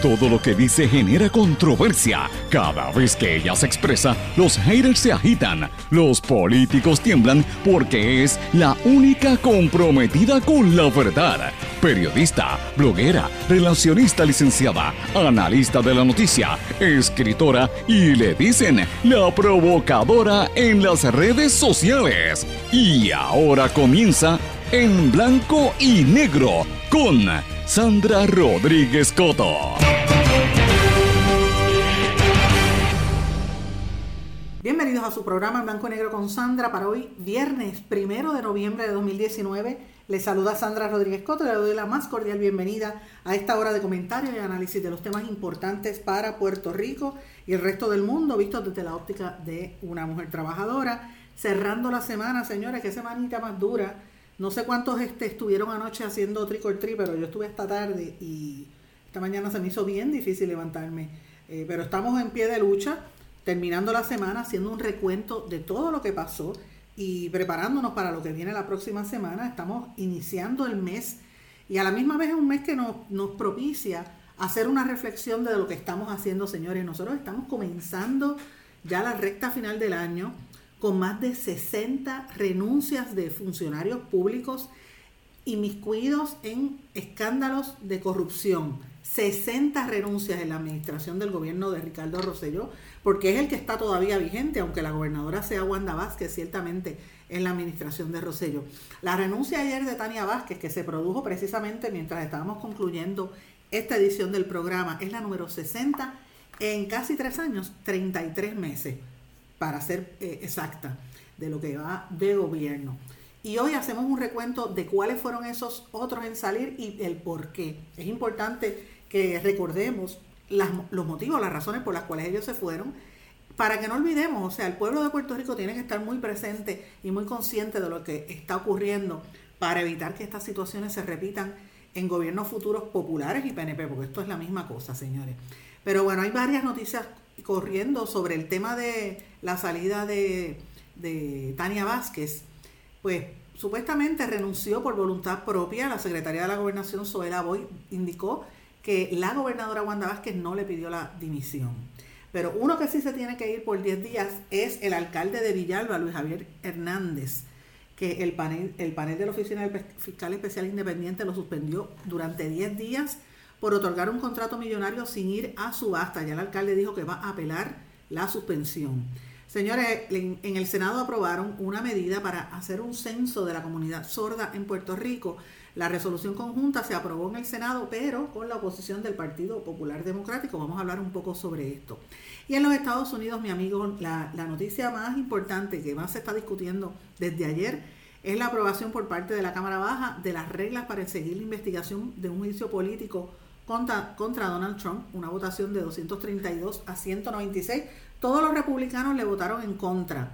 Todo lo que dice genera controversia. Cada vez que ella se expresa, los haters se agitan, los políticos tiemblan porque es la única comprometida con la verdad. Periodista, bloguera, relacionista licenciada, analista de la noticia, escritora y le dicen la provocadora en las redes sociales. Y ahora comienza En Blanco y Negro con Sandra Rodríguez Coto. Bienvenidos a su programa En Blanco y Negro con Sandra para hoy, viernes 1 de noviembre de 2019. Les saluda Sandra Rodríguez Coto y le doy la más cordial bienvenida a esta hora de comentarios y análisis de los temas importantes para Puerto Rico y el resto del mundo, vistos desde la óptica de una mujer trabajadora. Cerrando la semana, señores, qué semanita más dura. No sé cuántos estuvieron anoche haciendo trick or treat, pero yo estuve esta tarde y esta mañana se me hizo bien difícil levantarme. Pero estamos en pie de lucha, terminando la semana, haciendo un recuento de todo lo que pasó y preparándonos para lo que viene la próxima semana. Estamos iniciando el mes y a la misma vez es un mes que nos propicia hacer una reflexión de lo que estamos haciendo, señores. Nosotros estamos comenzando ya la recta final del año con más de 60 renuncias de funcionarios públicos inmiscuidos en escándalos de corrupción. 60 renuncias en la administración del gobierno de Ricardo Rosselló, porque es el que está todavía vigente, aunque la gobernadora sea Wanda Vázquez, ciertamente en la administración de Rosselló. La renuncia ayer de Tania Vázquez, que se produjo precisamente mientras estábamos concluyendo esta edición del programa, es la número 60 en casi 3 años, 33 meses, para ser exacta, de lo que va de gobierno. Y hoy hacemos un recuento de cuáles fueron esos otros en salir y el por qué. Es importante que recordemos los motivos, las razones por las cuales ellos se fueron, para que no olvidemos, o sea, el pueblo de Puerto Rico tiene que estar muy presente y muy consciente de lo que está ocurriendo para evitar que estas situaciones se repitan en gobiernos futuros populares y PNP, porque esto es la misma cosa, señores. Pero bueno, hay varias noticias corriendo sobre el tema de la salida de Tania Vázquez. Pues supuestamente renunció por voluntad propia. La secretaria de la Gobernación, Zoela Boy, indicó que la gobernadora Wanda Vázquez no le pidió la dimisión. Pero uno que sí se tiene que ir por 10 días es el alcalde de Villalba, Luis Javier Hernández, que el panel de la Oficina del Fiscal Especial Independiente lo suspendió durante 10 días por otorgar un contrato millonario sin ir a subasta. Ya el alcalde dijo que va a apelar la suspensión. Señores, en el Senado aprobaron una medida para hacer un censo de la comunidad sorda en Puerto Rico. La resolución conjunta se aprobó en el Senado, pero con la oposición del Partido Popular Democrático. Vamos a hablar un poco sobre esto. Y en los Estados Unidos, mi amigo, la noticia más importante que más se está discutiendo desde ayer es la aprobación por parte de la Cámara Baja de las reglas para seguir la investigación de un juicio político contra Donald Trump, una votación de 232 a 196. Todos los republicanos le votaron en contra,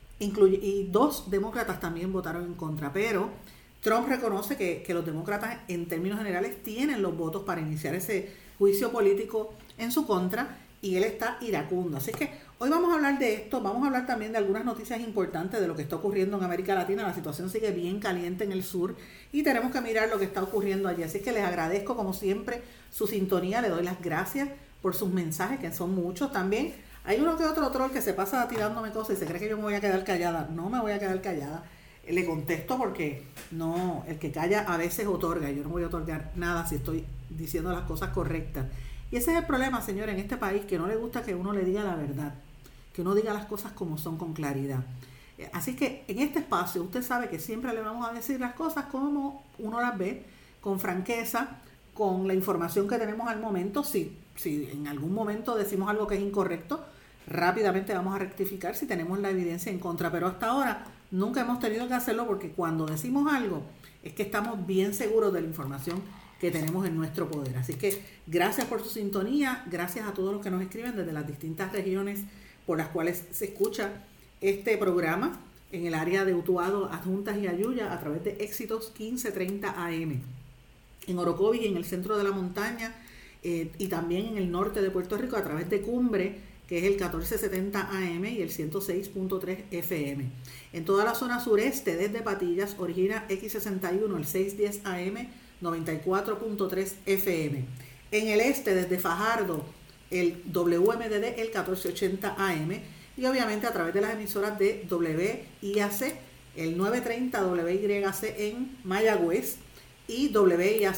y 2 demócratas también votaron en contra, pero Trump reconoce que los demócratas en términos generales tienen los votos para iniciar ese juicio político en su contra y él está iracundo. Así que hoy vamos a hablar de esto, vamos a hablar también de algunas noticias importantes de lo que está ocurriendo en América Latina. La situación sigue bien caliente en el sur y tenemos que mirar lo que está ocurriendo allí. Así que les agradezco como siempre su sintonía, le doy las gracias por sus mensajes, que son muchos también. Hay uno que otro troll que se pasa tirándome cosas y se cree que yo me voy a quedar callada. No me voy a quedar callada. Le contesto porque no, el que calla a veces otorga. Yo no voy a otorgar nada si estoy diciendo las cosas correctas. Y ese es el problema, señores, en este país, que no le gusta que uno le diga la verdad, que uno diga las cosas como son con claridad. Así que en este espacio usted sabe que siempre le vamos a decir las cosas como uno las ve, con franqueza, con la información que tenemos al momento. Si en algún momento decimos algo que es incorrecto, rápidamente vamos a rectificar si tenemos la evidencia en contra. Pero hasta ahora nunca hemos tenido que hacerlo porque cuando decimos algo es que estamos bien seguros de la información que tenemos en nuestro poder. Así que gracias por su sintonía, gracias a todos los que nos escriben desde las distintas regiones por las cuales se escucha este programa en el área de Utuado, Adjuntas y Ayuya a través de Éxitos 1530 AM. En Orocovis, en el centro de la montaña, y también en el norte de Puerto Rico a través de Cumbre, que es el 1470 AM y el 106.3 FM. En toda la zona sureste, desde Patillas, origina X61, el 610 AM, 94.3 FM. En el este, desde Fajardo, el WMDD, el 1480 AM. Y obviamente a través de las emisoras de WIAC, el 930 WYC en Mayagüez y WIAC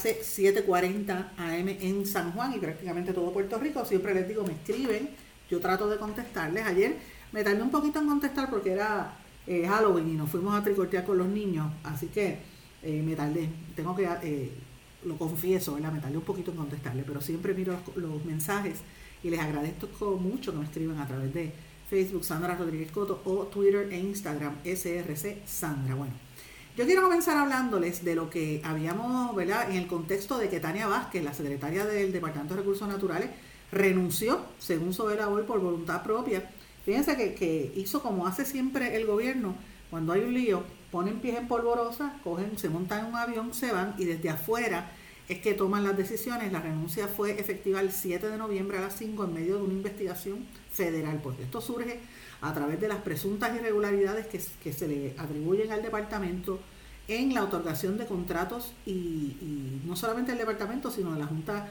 740 AM en San Juan y prácticamente todo Puerto Rico. Siempre les digo, me escriben, yo trato de contestarles. Ayer me tardé un poquito en contestar porque era Halloween y nos fuimos a tricotear con los niños, así que me tardé, tengo que, lo confieso, ¿verdad? Me tardé un poquito en contestarle, pero siempre miro los mensajes y les agradezco mucho que me escriban a través de Facebook Sandra Rodríguez Coto o Twitter e Instagram SRC Sandra. Bueno, yo quiero comenzar hablándoles de lo que habíamos, ¿verdad? En el contexto de que Tania Vázquez, la secretaria del Departamento de Recursos Naturales, renunció, según Sobera hoy, por voluntad propia. Fíjense que hizo como hace siempre el gobierno, cuando hay un lío, ponen pies en polvorosa, se montan en un avión, se van y desde afuera es que toman las decisiones. La renuncia fue efectiva el 7 de noviembre a las 5 en medio de una investigación federal, porque esto surge a través de las presuntas irregularidades que se le atribuyen al departamento en la otorgación de contratos y no solamente el departamento, sino de la Junta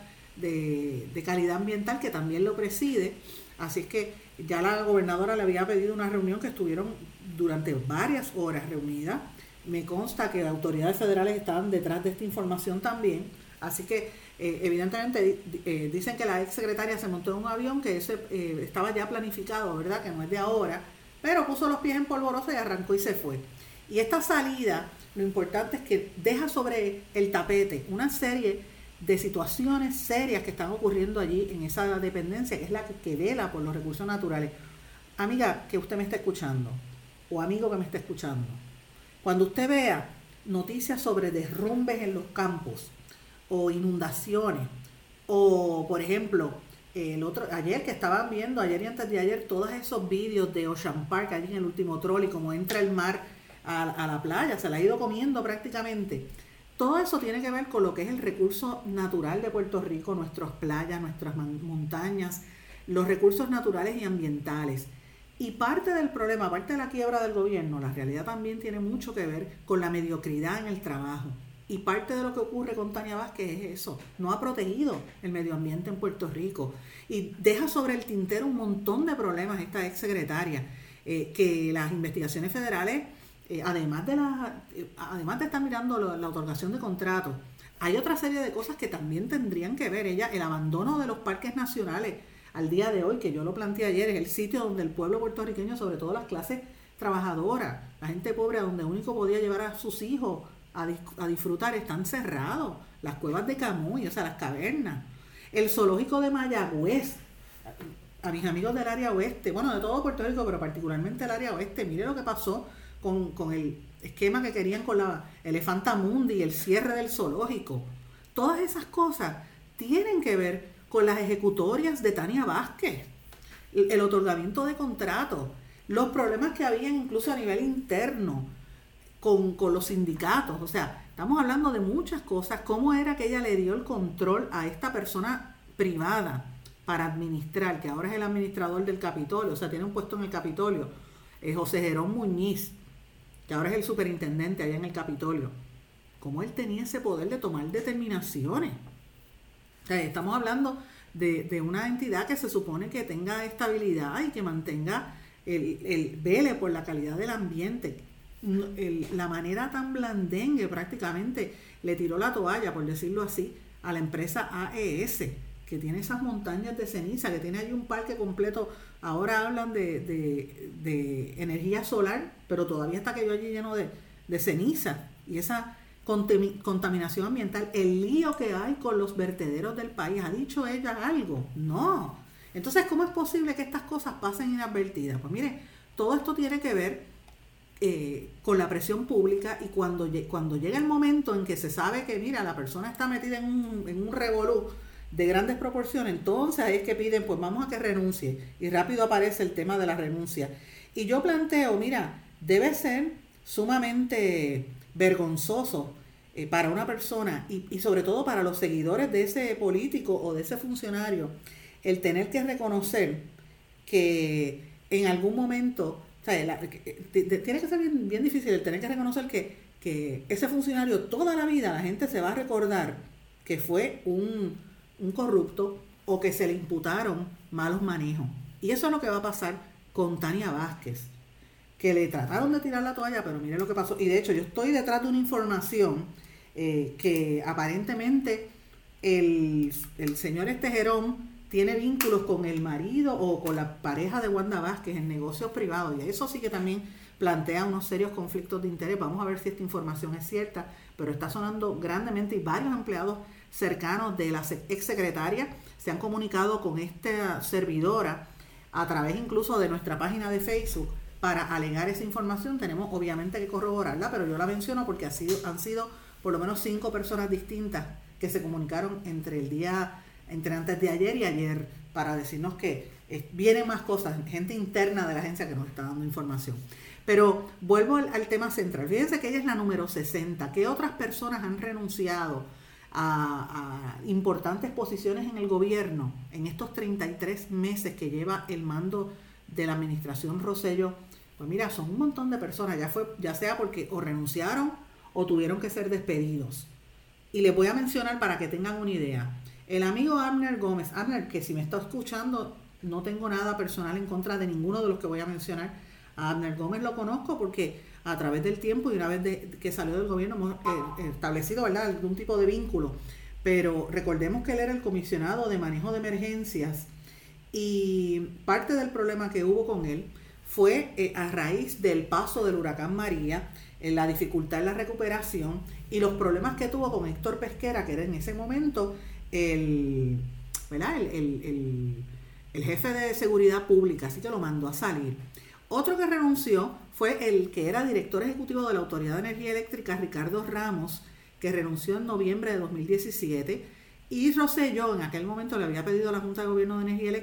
de Calidad Ambiental, que también lo preside. Así es que ya la gobernadora le había pedido una reunión que estuvieron durante varias horas reunidas. Me consta que las autoridades federales estaban detrás de esta información también. Así que evidentemente dicen que la ex secretaria se montó en un avión que estaba ya planificado, ¿verdad? Que no es de ahora, pero puso los pies en polvorosa y arrancó y se fue. Y esta salida, lo importante es que deja sobre el tapete una serie de situaciones serias que están ocurriendo allí en esa dependencia, que es la que vela por los recursos naturales. Amiga que usted me está escuchando, o amigo que me está escuchando, cuando usted vea noticias sobre derrumbes en los campos, o inundaciones, o por ejemplo, ayer que estaban viendo, ayer y antes de ayer, todos esos vídeos de Ocean Park, allí en el último troll, y como entra el mar a la playa, se la ha ido comiendo prácticamente. Todo eso tiene que ver con lo que es el recurso natural de Puerto Rico, nuestras playas, nuestras montañas, los recursos naturales y ambientales. Y parte del problema, parte de la quiebra del gobierno, la realidad también tiene mucho que ver con la mediocridad en el trabajo. Y parte de lo que ocurre con Tania Vázquez es eso, no ha protegido el medio ambiente en Puerto Rico y deja sobre el tintero un montón de problemas esta ex secretaria, que las investigaciones federales, además de estar mirando la otorgación de contratos, hay otra serie de cosas que también tendrían que ver. El abandono de los parques nacionales al día de hoy, que yo lo planteé ayer, es el sitio donde el pueblo puertorriqueño, sobre todo las clases trabajadoras, la gente pobre, donde único podía llevar a sus hijos a disfrutar, están cerrados. Las cuevas de Camuy, o sea, las cavernas. El zoológico de Mayagüez, a mis amigos del área oeste, bueno, de todo Puerto Rico, pero particularmente el área oeste, mire lo que pasó con el esquema que querían con la Elefantamundi y el cierre del zoológico. Todas esas cosas tienen que ver con las ejecutorias de Tania Vázquez, el otorgamiento de contratos, los problemas que había incluso a nivel interno con los sindicatos. O sea, estamos hablando de muchas cosas. ¿Cómo era que ella le dio el control a esta persona privada para administrar, que ahora es el administrador del Capitolio, o sea, tiene un puesto en el Capitolio, José Jerón Muñiz, que ahora es el superintendente allá en el Capitolio? ¿Cómo él tenía ese poder de tomar determinaciones? O sea, estamos hablando de una entidad que se supone que tenga estabilidad y que mantenga vele por la calidad del ambiente. La manera tan blandengue prácticamente le tiró la toalla, por decirlo así, a la empresa AES, que tiene esas montañas de ceniza, que tiene allí un parque completo. Ahora hablan de energía solar, pero todavía está aquello allí lleno de ceniza y esa contaminación ambiental. El lío que hay con los vertederos del país, ¿ha dicho ella algo? No. Entonces, ¿cómo es posible que estas cosas pasen inadvertidas? Pues mire, todo esto tiene que ver con la presión pública, y cuando llega el momento en que se sabe que, mira, la persona está metida en un revolú de grandes proporciones, entonces ahí es que piden, pues vamos a que renuncie, y rápido aparece el tema de la renuncia. Y yo planteo, mira, debe ser sumamente vergonzoso para una persona y sobre todo para los seguidores de ese político o de ese funcionario, el tener que reconocer que en algún momento, o sea, tiene que ser bien difícil el tener que reconocer que ese funcionario toda la vida la gente se va a recordar que fue un un corrupto o que se le imputaron malos manejos. Y eso es lo que va a pasar con Tania Vázquez, que le trataron de tirar la toalla, pero mire lo que pasó. Y de hecho yo estoy detrás de una información que aparentemente el señor Jerón tiene vínculos con el marido o con la pareja de Wanda Vázquez en negocios privados, y eso sí que también plantea unos serios conflictos de interés. Vamos a ver si esta información es cierta, pero está sonando grandemente, y varios empleados cercanos de la exsecretaria se han comunicado con esta servidora a través incluso de nuestra página de Facebook para alegar esa información. Tenemos obviamente que corroborarla, pero yo la menciono porque han sido por lo menos 5 personas distintas que se comunicaron entre antes de ayer y ayer para decirnos que vienen más cosas, gente interna de la agencia que nos está dando información. Pero vuelvo al tema central. Fíjense que ella es la número 60. ¿Qué otras personas han renunciado a importantes posiciones en el gobierno en estos 33 meses que lleva el mando de la administración Rosselló? Pues mira, son un montón de personas, ya sea porque o renunciaron o tuvieron que ser despedidos. Y les voy a mencionar para que tengan una idea. El amigo Abner Gómez, Abner, que si me está escuchando, no tengo nada personal en contra de ninguno de los que voy a mencionar. A Abner Gómez lo conozco porque a través del tiempo y una vez que salió del gobierno hemos establecido, ¿verdad?, algún tipo de vínculo. Pero recordemos que él era el comisionado de manejo de emergencias, y parte del problema que hubo con él fue a raíz del paso del huracán María, la dificultad en la recuperación y los problemas que tuvo con Héctor Pesquera, que era en ese momento el jefe de seguridad pública, así que lo mandó a salir. Otro que renunció fue el que era director ejecutivo de la Autoridad de Energía Eléctrica, Ricardo Ramos, que renunció en noviembre de 2017, y Rosselló en aquel momento le había pedido a la Junta de Gobierno de Energía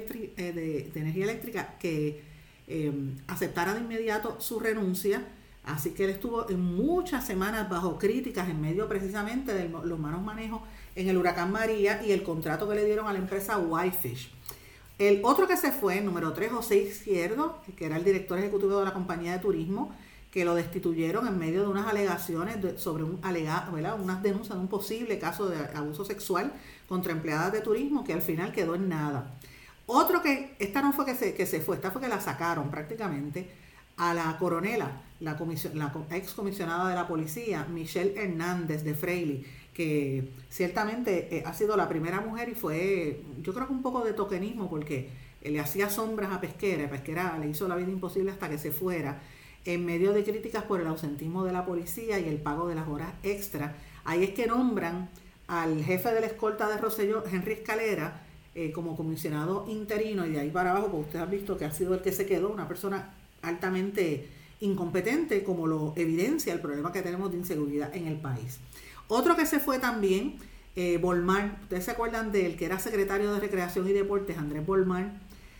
Eléctrica que aceptara de inmediato su renuncia, así que él estuvo en muchas semanas bajo críticas en medio precisamente de los malos manejos en el huracán María y el contrato que le dieron a la empresa Whitefish. El otro que se fue, número 3, José Izquierdo, que era el director ejecutivo de la compañía de turismo, que lo destituyeron en medio de unas alegaciones sobre unas denuncias de un posible caso de abuso sexual contra empleadas de turismo, que al final quedó en nada. Otro que, esta no fue que se fue, esta fue que la sacaron prácticamente, a la coronela, la ex comisionada de la policía, Michelle Hernández de Freily, que ciertamente ha sido la primera mujer, y fue, yo creo que un poco de tokenismo, porque le hacía sombras a Pesquera le hizo la vida imposible hasta que se fuera, en medio de críticas por el ausentismo de la policía y el pago de las horas extra. Ahí es que nombran al jefe de la escolta de Rosselló, Henry Escalera, como comisionado interino, y de ahí para abajo, pues ustedes han visto que ha sido el que se quedó, una persona altamente incompetente, como lo evidencia el problema que tenemos de inseguridad en el país. Otro que se fue también, Bolmar. Ustedes se acuerdan de él, que era secretario de Recreación y Deportes, Andrés Bolmar.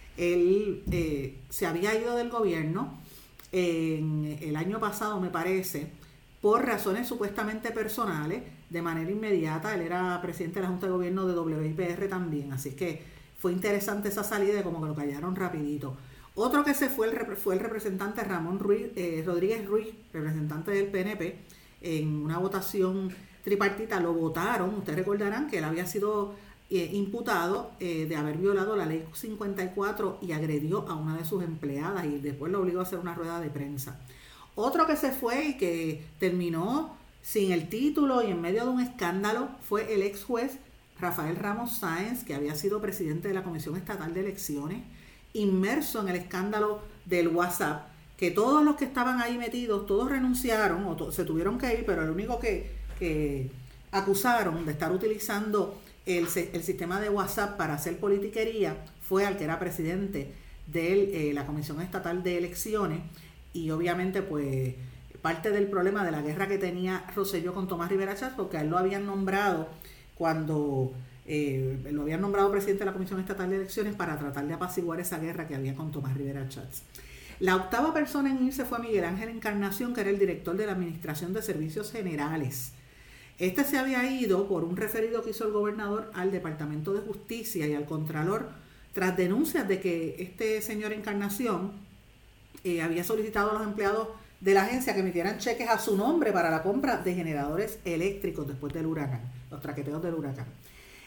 Él se había ido del gobierno en el año pasado, me parece, por razones supuestamente personales, de manera inmediata. Él era presidente de la Junta de Gobierno de WIPR también, así que fue interesante esa salida, y como que lo callaron rapidito. Otro que se fue fue el representante Ramón Rodríguez Ruiz, representante del PNP, en una votación tripartita lo votaron. Ustedes recordarán que él había sido imputado de haber violado la ley 54 y agredió a una de sus empleadas, y después lo obligó a hacer una rueda de prensa. Otro que se fue y que terminó sin el título y en medio de un escándalo fue el ex juez Rafael Ramos Sáenz, que había sido presidente de la Comisión Estatal de Elecciones, inmerso en el escándalo del WhatsApp, que todos los que estaban ahí metidos, todos renunciaron o se tuvieron que ir, pero el único que acusaron de estar utilizando el sistema de WhatsApp para hacer politiquería fue al que era presidente de la Comisión Estatal de Elecciones. Y obviamente pues parte del problema de la guerra que tenía Rosselló con Tomás Rivera Chats, porque a él lo habían nombrado cuando lo habían nombrado presidente de la Comisión Estatal de Elecciones para tratar de apaciguar esa guerra que había con Tomás Rivera Chats. La octava persona en irse fue Miguel Ángel Encarnación, que era el director de la Administración de Servicios Generales. Este se había ido por un referido que hizo el gobernador al Departamento de Justicia y al Contralor, tras denuncias de que este señor Encarnación había solicitado a los empleados de la agencia que emitieran cheques a su nombre para la compra de generadores eléctricos después del huracán, los traqueteos del huracán.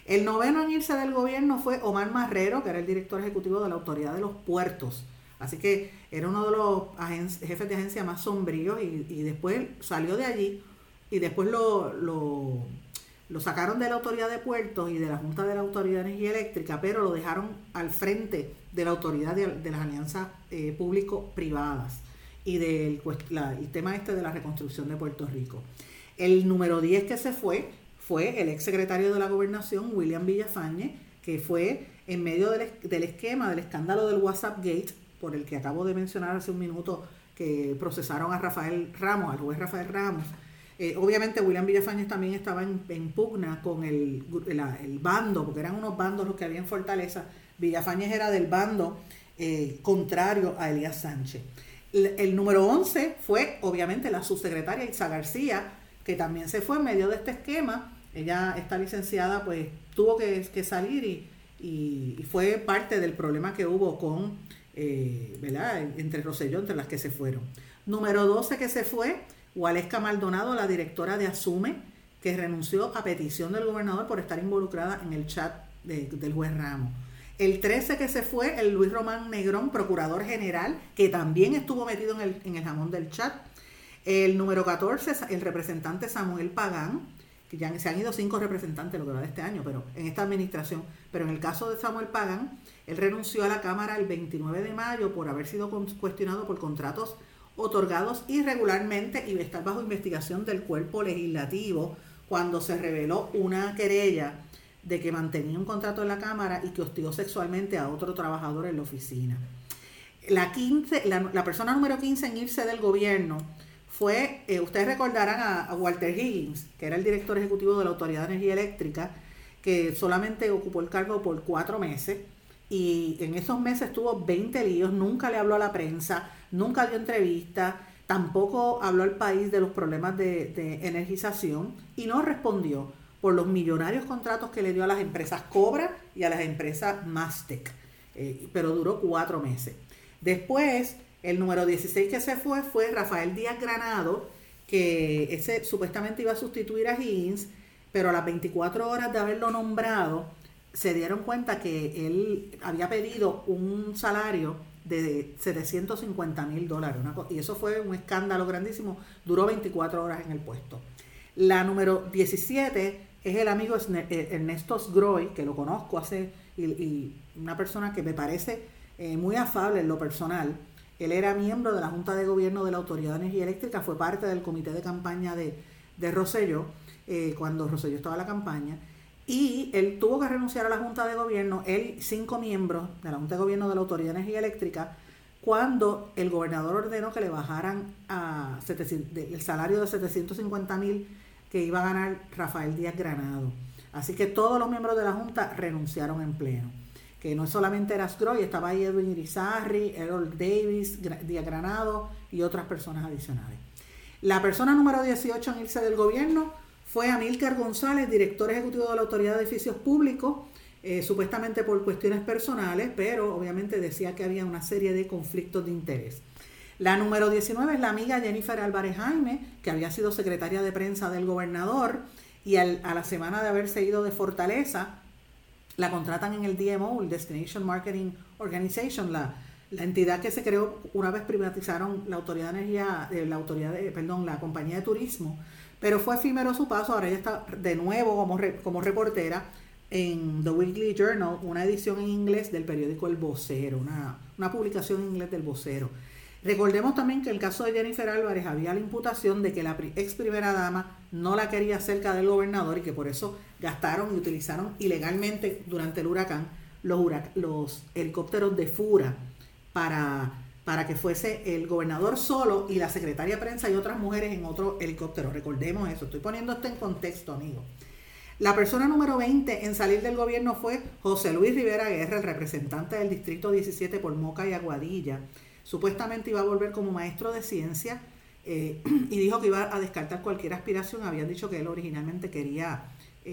El noveno en irse del gobierno fue Omar Marrero, que era el director ejecutivo de la Autoridad de los Puertos. Así que era uno de los jefes de agencia más sombríos y después salió de allí y después lo sacaron de la Autoridad de Puertos y de la Junta de la Autoridad de Energía Eléctrica, pero lo dejaron al frente de la Autoridad de las Alianzas Público-Privadas y del el tema de la reconstrucción de Puerto Rico. El número 10 que se fue el ex secretario de la Gobernación, William Villafañe, que fue en medio del esquema, del escándalo del WhatsApp Gate, por el que acabo de mencionar hace un minuto, que procesaron a Rafael Ramos, al juez Rafael Ramos. Obviamente William Villafañe también estaba en pugna con el bando, porque eran unos bandos los que había en Fortaleza. Villafañe era del bando contrario a Elías Sánchez. El número 11 fue obviamente la subsecretaria Itza García, que también se fue en medio de este esquema. Ella, esta licenciada, pues tuvo que salir y fue parte del problema que hubo con, ¿verdad?, entre Rosselló, entre las que se fueron. Número 12 que se fue, Waleska Maldonado, la directora de Asume, que renunció a petición del gobernador por estar involucrada en el chat del juez Ramos. El 13 que se fue, el Luis Román Negrón, procurador general, que también estuvo metido en el jamón del chat. El número 14, el representante Samuel Pagán, que ya se han ido 5 representantes lo que va de este año, pero en esta administración. Pero en el caso de Samuel Pagán, él renunció a la Cámara el 29 de mayo por haber sido cuestionado por contratos otorgados irregularmente y estar bajo investigación del cuerpo legislativo cuando se reveló una querella de que mantenía un contrato en la Cámara y que hostigó sexualmente a otro trabajador en la oficina. La persona número 15 en irse del gobierno fue, ustedes recordarán a Walter Higgins, que era el director ejecutivo de la Autoridad de Energía Eléctrica, que solamente ocupó el cargo por 4 meses y en esos meses tuvo 20 líos, nunca le habló a la prensa, nunca dio entrevista, tampoco habló al país de los problemas de energización y no respondió por los millonarios contratos que le dio a las empresas Cobra y a las empresas Mastec, pero duró 4 meses. Después, el número 16 que se fue Rafael Díaz Granado, que ese supuestamente iba a sustituir a Higgins, pero a las 24 horas de haberlo nombrado, se dieron cuenta que él había pedido un salario de $750,000, y eso fue un escándalo grandísimo, duró 24 horas en el puesto. La número 17 es el amigo Ernesto Sgroy, que lo conozco y una persona que me parece muy afable en lo personal. Él era miembro de la Junta de Gobierno de la Autoridad de Energía Eléctrica, fue parte del comité de campaña de Rosselló, cuando Rosselló estaba en la campaña, y él tuvo que renunciar a la Junta de Gobierno, él 5 miembros de la Junta de Gobierno de la Autoridad de Energía Eléctrica, cuando el gobernador ordenó que le bajaran el salario de $750,000 que iba a ganar Rafael Díaz Granado. Así que todos los miembros de la Junta renunciaron en pleno. Que no solamente era Sgroy, estaba ahí Edwin Irizarry, Errol Davis, Díaz Granado y otras personas adicionales. La persona número 18 en irse del gobierno fue Amílcar González, director ejecutivo de la Autoridad de Edificios Públicos, supuestamente por cuestiones personales, pero obviamente decía que había una serie de conflictos de interés. La número 19 es la amiga Jennifer Álvarez Jaime, que había sido secretaria de prensa del gobernador, y a la semana de haberse ido de Fortaleza, la contratan en el DMO, el Destination Marketing Organization, la entidad que se creó una vez privatizaron la Autoridad de Energía, la compañía de turismo, pero fue efímero su paso. Ahora ella está de nuevo como reportera en The Weekly Journal, una edición en inglés del periódico El Vocero, una publicación en inglés del Vocero. Recordemos también que el caso de Jennifer Álvarez había la imputación de que la ex primera dama no la quería cerca del gobernador y que por eso gastaron y utilizaron ilegalmente durante el huracán los helicópteros de FURA para que fuese el gobernador solo y la secretaria de prensa y otras mujeres en otro helicóptero. Recordemos eso, estoy poniendo esto en contexto, amigos. La persona número 20 en salir del gobierno fue José Luis Rivera Guerra, el representante del Distrito 17 por Moca y Aguadilla. Supuestamente iba a volver como maestro de ciencia y dijo que iba a descartar cualquier aspiración. Habían dicho que él originalmente quería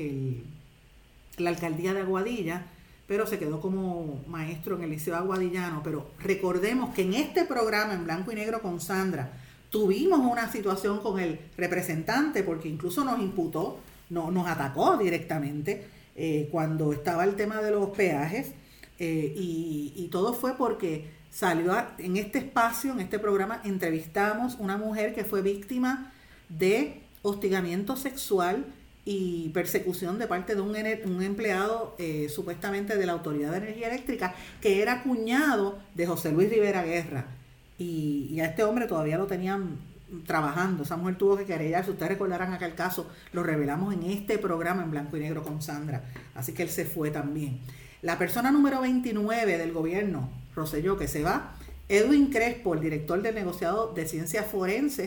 la alcaldía de Aguadilla, pero se quedó como maestro en el Liceo Aguadillano. Pero recordemos que en este programa en Blanco y Negro con Sandra tuvimos una situación con el representante, porque incluso nos imputó, nos atacó directamente cuando estaba el tema de los peajes, y todo fue porque salió en este espacio, en este programa, entrevistamos una mujer que fue víctima de hostigamiento sexual y persecución de parte de un empleado supuestamente de la Autoridad de Energía Eléctrica, que era cuñado de José Luis Rivera Guerra, y a este hombre todavía lo tenían trabajando. Esa mujer tuvo que querellar. Si ustedes recordarán aquel caso, lo revelamos en este programa en Blanco y Negro con Sandra, así que él se fue también. La persona número 29 del gobierno Rosselló, que se va, Edwin Crespo, el director del negociado de ciencias forenses,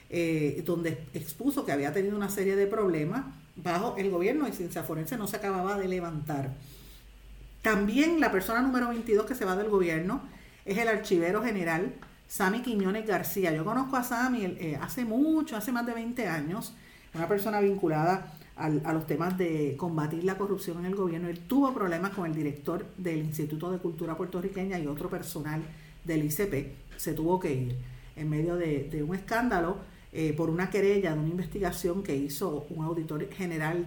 donde expuso que había tenido una serie de problemas bajo el gobierno y ciencia forense no se acababa de levantar. También la persona número 22 que se va del gobierno es el archivero general Sammy Quiñones García. Yo conozco a Sammy hace más de 20 años, una persona vinculada a los temas de combatir la corrupción en el gobierno. Él tuvo problemas con el director del Instituto de Cultura Puertorriqueña y otro personal del ICP. Se tuvo que ir en medio de un escándalo por una querella de una investigación que hizo un auditor general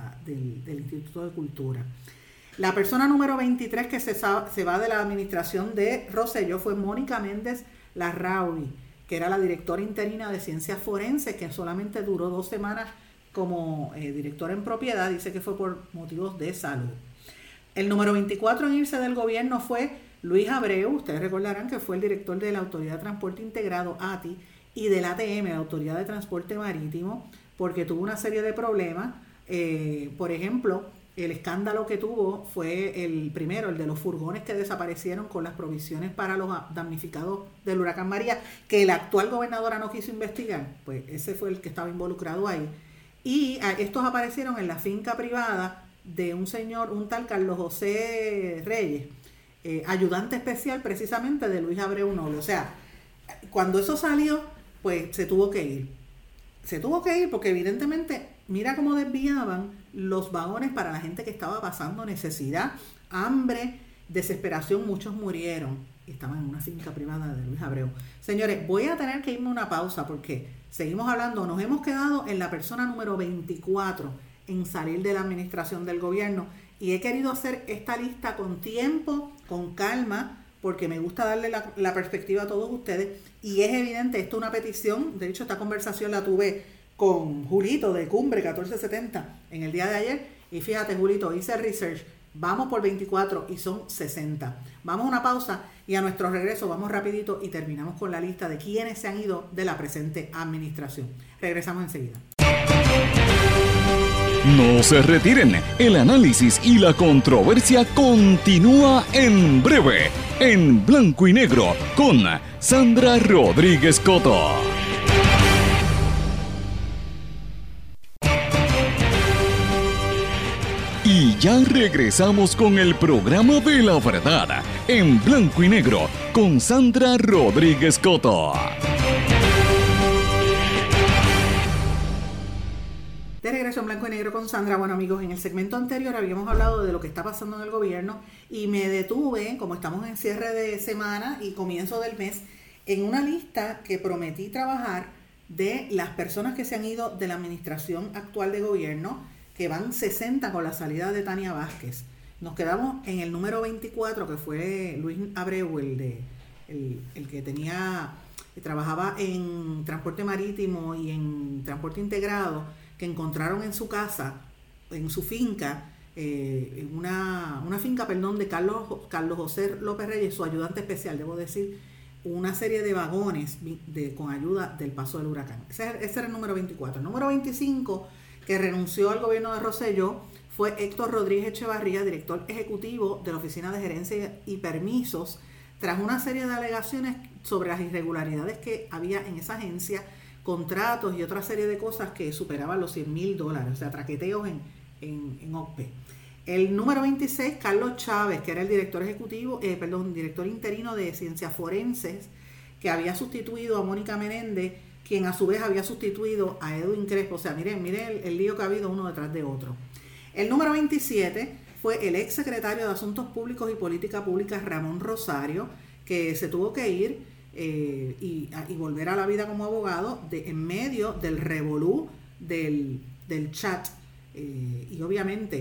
del Instituto de Cultura. La persona número 23 que se va de la administración de Rosselló fue Mónica Méndez Larrauri, que era la directora interina de ciencias forenses, que solamente duró 2 semanas como directora en propiedad. Dice que fue por motivos de salud. El número 24 en irse del gobierno fue Luis Abreu. Ustedes recordarán que fue el director de la Autoridad de Transporte Integrado, ATI, y del ATM, la Autoridad de Transporte Marítimo, porque tuvo una serie de problemas. Por ejemplo, el escándalo que tuvo fue el de los furgones que desaparecieron con las provisiones para los damnificados del huracán María, que la actual gobernadora no quiso investigar. Pues ese fue el que estaba involucrado ahí. Y estos aparecieron en la finca privada de un señor, un tal Carlos José Reyes, ayudante especial precisamente de Luis Abreu Noble. O sea, cuando eso salió, pues se tuvo que ir. Se tuvo que ir porque evidentemente, mira cómo desviaban los vagones para la gente que estaba pasando necesidad, hambre, desesperación. Muchos murieron. Estaban en una finca privada de Luis Abreu. Señores, voy a tener que irme a una pausa porque seguimos hablando. Nos hemos quedado en la persona número 24 en salir de la administración del gobierno, y he querido hacer esta lista con tiempo, con calma, porque me gusta darle la perspectiva a todos ustedes, y es evidente, esto es una petición. De hecho, esta conversación la tuve con Julito de Cumbre 1470 en el día de ayer, y fíjate, Julito, hice research, vamos por 24 y son 60. Vamos a una pausa y a nuestro regreso vamos rapidito y terminamos con la lista de quienes se han ido de la presente administración. Regresamos enseguida. No se retiren, el análisis y la controversia continúa en breve, en Blanco y Negro, con Sandra Rodríguez Coto. Y ya regresamos con el programa de la verdad, en Blanco y Negro, con Sandra Rodríguez Coto. De regreso en Blanco y Negro con Sandra. Bueno, amigos, en el segmento anterior habíamos hablado de lo que está pasando en el gobierno y me detuve, como estamos en cierre de semana y comienzo del mes, en una lista que prometí trabajar de las personas que se han ido de la administración actual de gobierno, que van 60 con la salida de Tania Vázquez. Nos quedamos en el número 24, que fue Luis Abreu, el que trabajaba en transporte marítimo y en transporte integrado, que encontraron en su casa, en su finca, una finca de Carlos José López Reyes, su ayudante especial, debo decir, una serie de vagones con ayuda del paso del huracán. Ese era el número 24. El número 25, que renunció al gobierno de Rosselló, fue Héctor Rodríguez Echevarría, director ejecutivo de la Oficina de Gerencia y Permisos, tras una serie de alegaciones sobre las irregularidades que había en esa agencia, contratos y otra serie de cosas que superaban los $100,000, o sea, traqueteos en OCPE. El número 26, Carlos Chávez, que era el director director interino de Ciencias Forenses, que había sustituido a Mónica Menéndez, quien a su vez había sustituido a Edwin Crespo. O sea, miren el lío que ha habido uno detrás de otro. El número 27 fue el ex secretario de Asuntos Públicos y Política Pública, Ramón Rosario, que se tuvo que ir y volver a la vida como abogado en medio del revolú del chat. Y obviamente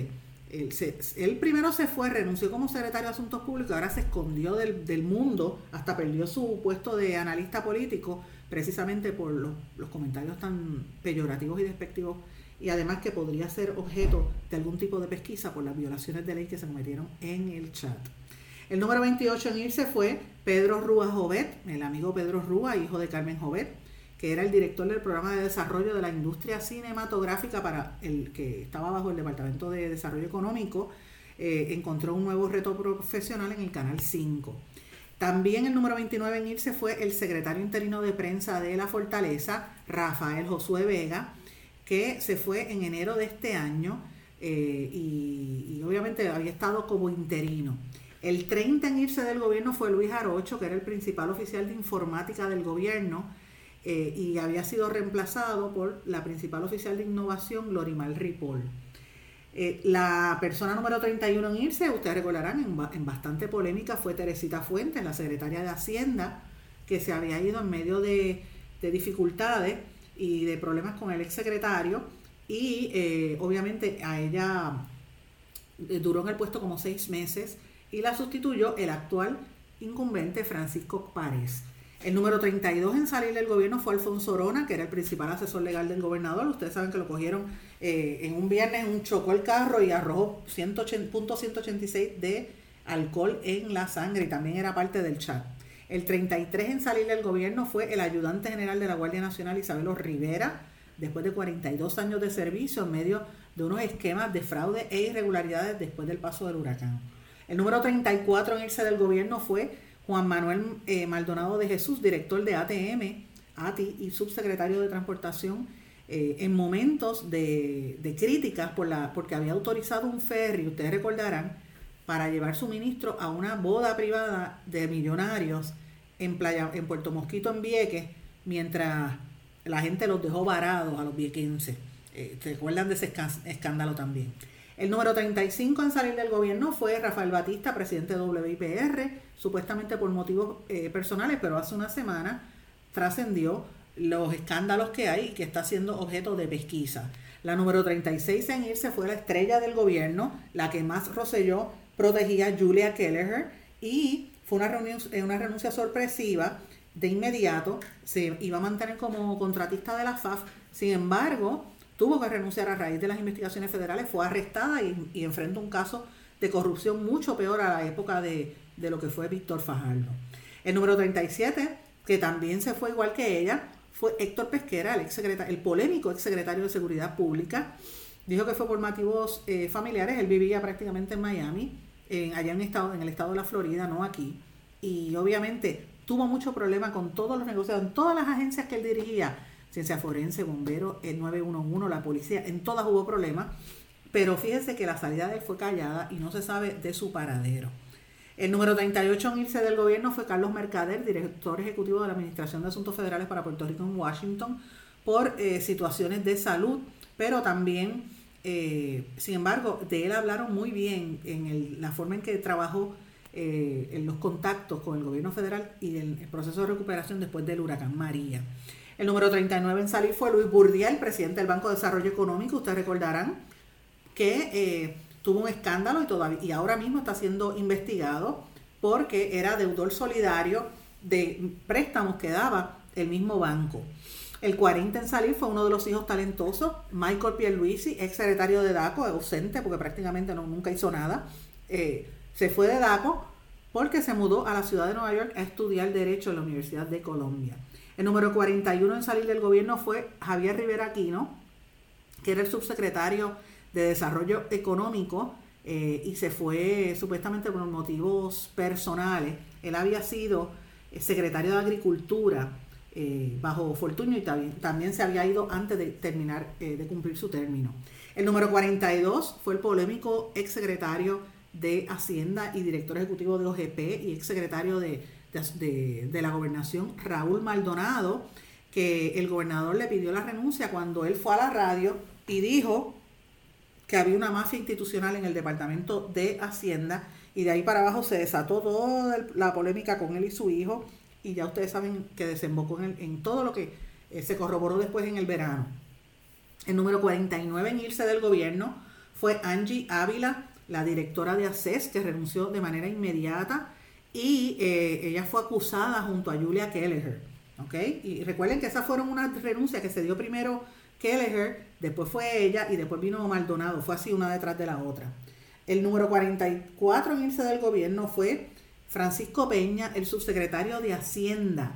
Él primero se fue, renunció como secretario de Asuntos Públicos, ahora se escondió del mundo, hasta perdió su puesto de analista político, precisamente por los comentarios tan peyorativos y despectivos, y además que podría ser objeto de algún tipo de pesquisa por las violaciones de ley que se cometieron en el chat. El número 28 en irse fue Pedro Rúa Jovet, el amigo Pedro Rúa, hijo de Carmen Jovet, que era el director del programa de desarrollo de la industria cinematográfica para el que estaba bajo el Departamento de Desarrollo Económico. Encontró un nuevo reto profesional en el Canal 5. También el número 29 en irse fue el secretario interino de prensa de la Fortaleza, Rafael Josué Vega, que se fue en enero de este año y obviamente había estado como interino. El 30 en irse del gobierno fue Luis Arocho, que era el principal oficial de informática del gobierno, y había sido reemplazado por la principal oficial de innovación, Lorimar Ripoll. La persona número 31 en irse, ustedes recordarán, en bastante polémica, fue Teresita Fuentes, la secretaria de Hacienda, que se había ido en medio de dificultades y de problemas con el exsecretario, y obviamente a ella duró en el puesto como 6 meses, y la sustituyó el actual incumbente Francisco Párez. El número 32 en salir del gobierno fue Alfonso Orona, que era el principal asesor legal del gobernador. Ustedes saben que lo cogieron en un viernes, chocó el carro y arrojó 186 de alcohol en la sangre, y también era parte del chat. El 33 en salir del gobierno fue el ayudante general de la Guardia Nacional, Isabelo Rivera, después de 42 años de servicio en medio de unos esquemas de fraude e irregularidades después del paso del huracán. El número 34 en irse del gobierno fue Juan Manuel Maldonado de Jesús, director de ATI y subsecretario de Transportación, en momentos de críticas porque había autorizado un ferry, ustedes recordarán, para llevar suministro a una boda privada de millonarios en Puerto Mosquito, en Vieques, mientras la gente los dejó varados a los viequenses. ¿Se recuerdan de ese escándalo también? El número 35 en salir del gobierno fue Rafael Batista, presidente de WIPR, supuestamente por motivos personales, pero hace una semana trascendió los escándalos que hay y que está siendo objeto de pesquisa. La número 36 en irse fue la estrella del gobierno, la que más Rosselló protegía, Julia Kelleher, y fue una renuncia sorpresiva. De inmediato se iba a mantener como contratista de la FAF, sin embargo tuvo que renunciar a raíz de las investigaciones federales, fue arrestada y enfrenta un caso de corrupción mucho peor a la época de lo que fue Víctor Fajardo. El número 37, que también se fue igual que ella, fue Héctor Pesquera, el polémico exsecretario de Seguridad Pública. Dijo que fue por motivos familiares. Él vivía prácticamente en Miami, allá en el estado de la Florida, no aquí, y obviamente tuvo mucho problema con todos los negociados, en todas las agencias que él dirigía, Ciencia Forense, Bomberos, el 911, la policía, en todas hubo problemas, pero fíjense que la salida de él fue callada y no se sabe de su paradero. El número 38 en irse del gobierno fue Carlos Mercader, director ejecutivo de la Administración de Asuntos Federales para Puerto Rico en Washington, por situaciones de salud, pero también, sin embargo, de él hablaron muy bien en la forma en que trabajó en los contactos con el gobierno federal y el proceso de recuperación después del huracán María. El número 39 en salir fue Luis Burdiel, presidente del Banco de Desarrollo Económico. Ustedes recordarán que tuvo un escándalo y ahora mismo está siendo investigado porque era deudor solidario de préstamos que daba el mismo banco. El 40 en salir fue uno de los hijos talentosos, Michael Pierluisi, ex secretario de DACO, ausente porque prácticamente nunca hizo nada. Se fue de DACO porque se mudó a la ciudad de Nueva York a estudiar Derecho en la Universidad de Columbia. El número 41 en salir del gobierno fue Javier Rivera Aquino, que era el subsecretario de Desarrollo Económico, y se fue supuestamente por motivos personales. Él había sido secretario de Agricultura bajo Fortuño y también se había ido antes de terminar de cumplir su término. El número 42 fue el polémico exsecretario de Hacienda y director ejecutivo de OGP y exsecretario de la gobernación, Raúl Maldonado, que el gobernador le pidió la renuncia cuando él fue a la radio y dijo que había una mafia institucional en el Departamento de Hacienda, y de ahí para abajo se desató toda la polémica con él y su hijo, y ya ustedes saben que desembocó en todo lo que se corroboró después en el verano. El número 49 en irse del gobierno fue Angie Ávila, la directora de ACES, que renunció de manera inmediata, y ella fue acusada junto a Julia Kelleher, ¿ok? Y recuerden que esas fueron unas renuncias que se dio primero Kelleher, después fue ella y después vino Maldonado, fue así una detrás de la otra. El número 44 en irse del gobierno fue Francisco Peña, el subsecretario de Hacienda,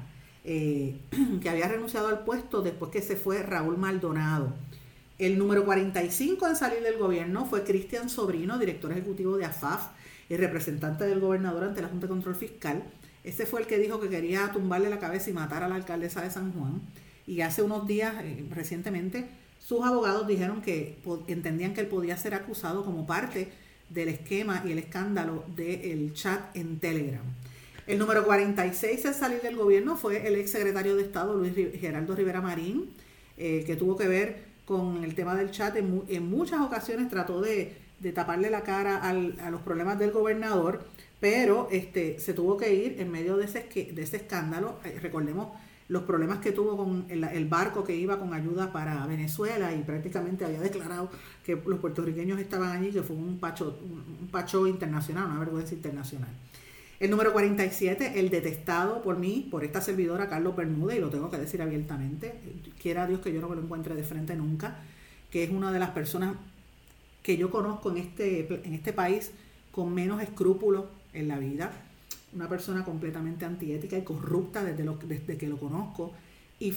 que había renunciado al puesto después que se fue Raúl Maldonado. El número 45 en salir del gobierno fue Cristian Sobrino, director ejecutivo de AFAF y representante del gobernador ante la Junta de Control Fiscal. Ese fue el que dijo que quería tumbarle la cabeza y matar a la alcaldesa de San Juan. Y hace unos días, recientemente, sus abogados dijeron que entendían que él podía ser acusado como parte del esquema y el escándalo del chat en Telegram. El número 46 en salir del gobierno fue el ex secretario de Estado Luis Geraldo Rivera Marín, que tuvo que ver con el tema del chat. En muchas ocasiones trató de taparle la cara a los problemas del gobernador, pero se tuvo que ir en medio de ese escándalo. Recordemos los problemas que tuvo con el barco que iba con ayuda para Venezuela y prácticamente había declarado que los puertorriqueños estaban allí, que fue un pacho internacional, una vergüenza internacional. El número 47, el detestado por mí, por esta servidora, Carlos Bermúdez, y lo tengo que decir abiertamente, quiera Dios que yo no me lo encuentre de frente nunca, que es una de las personas que yo conozco en este país con menos escrúpulos en la vida, una persona completamente antiética y corrupta desde que lo conozco, y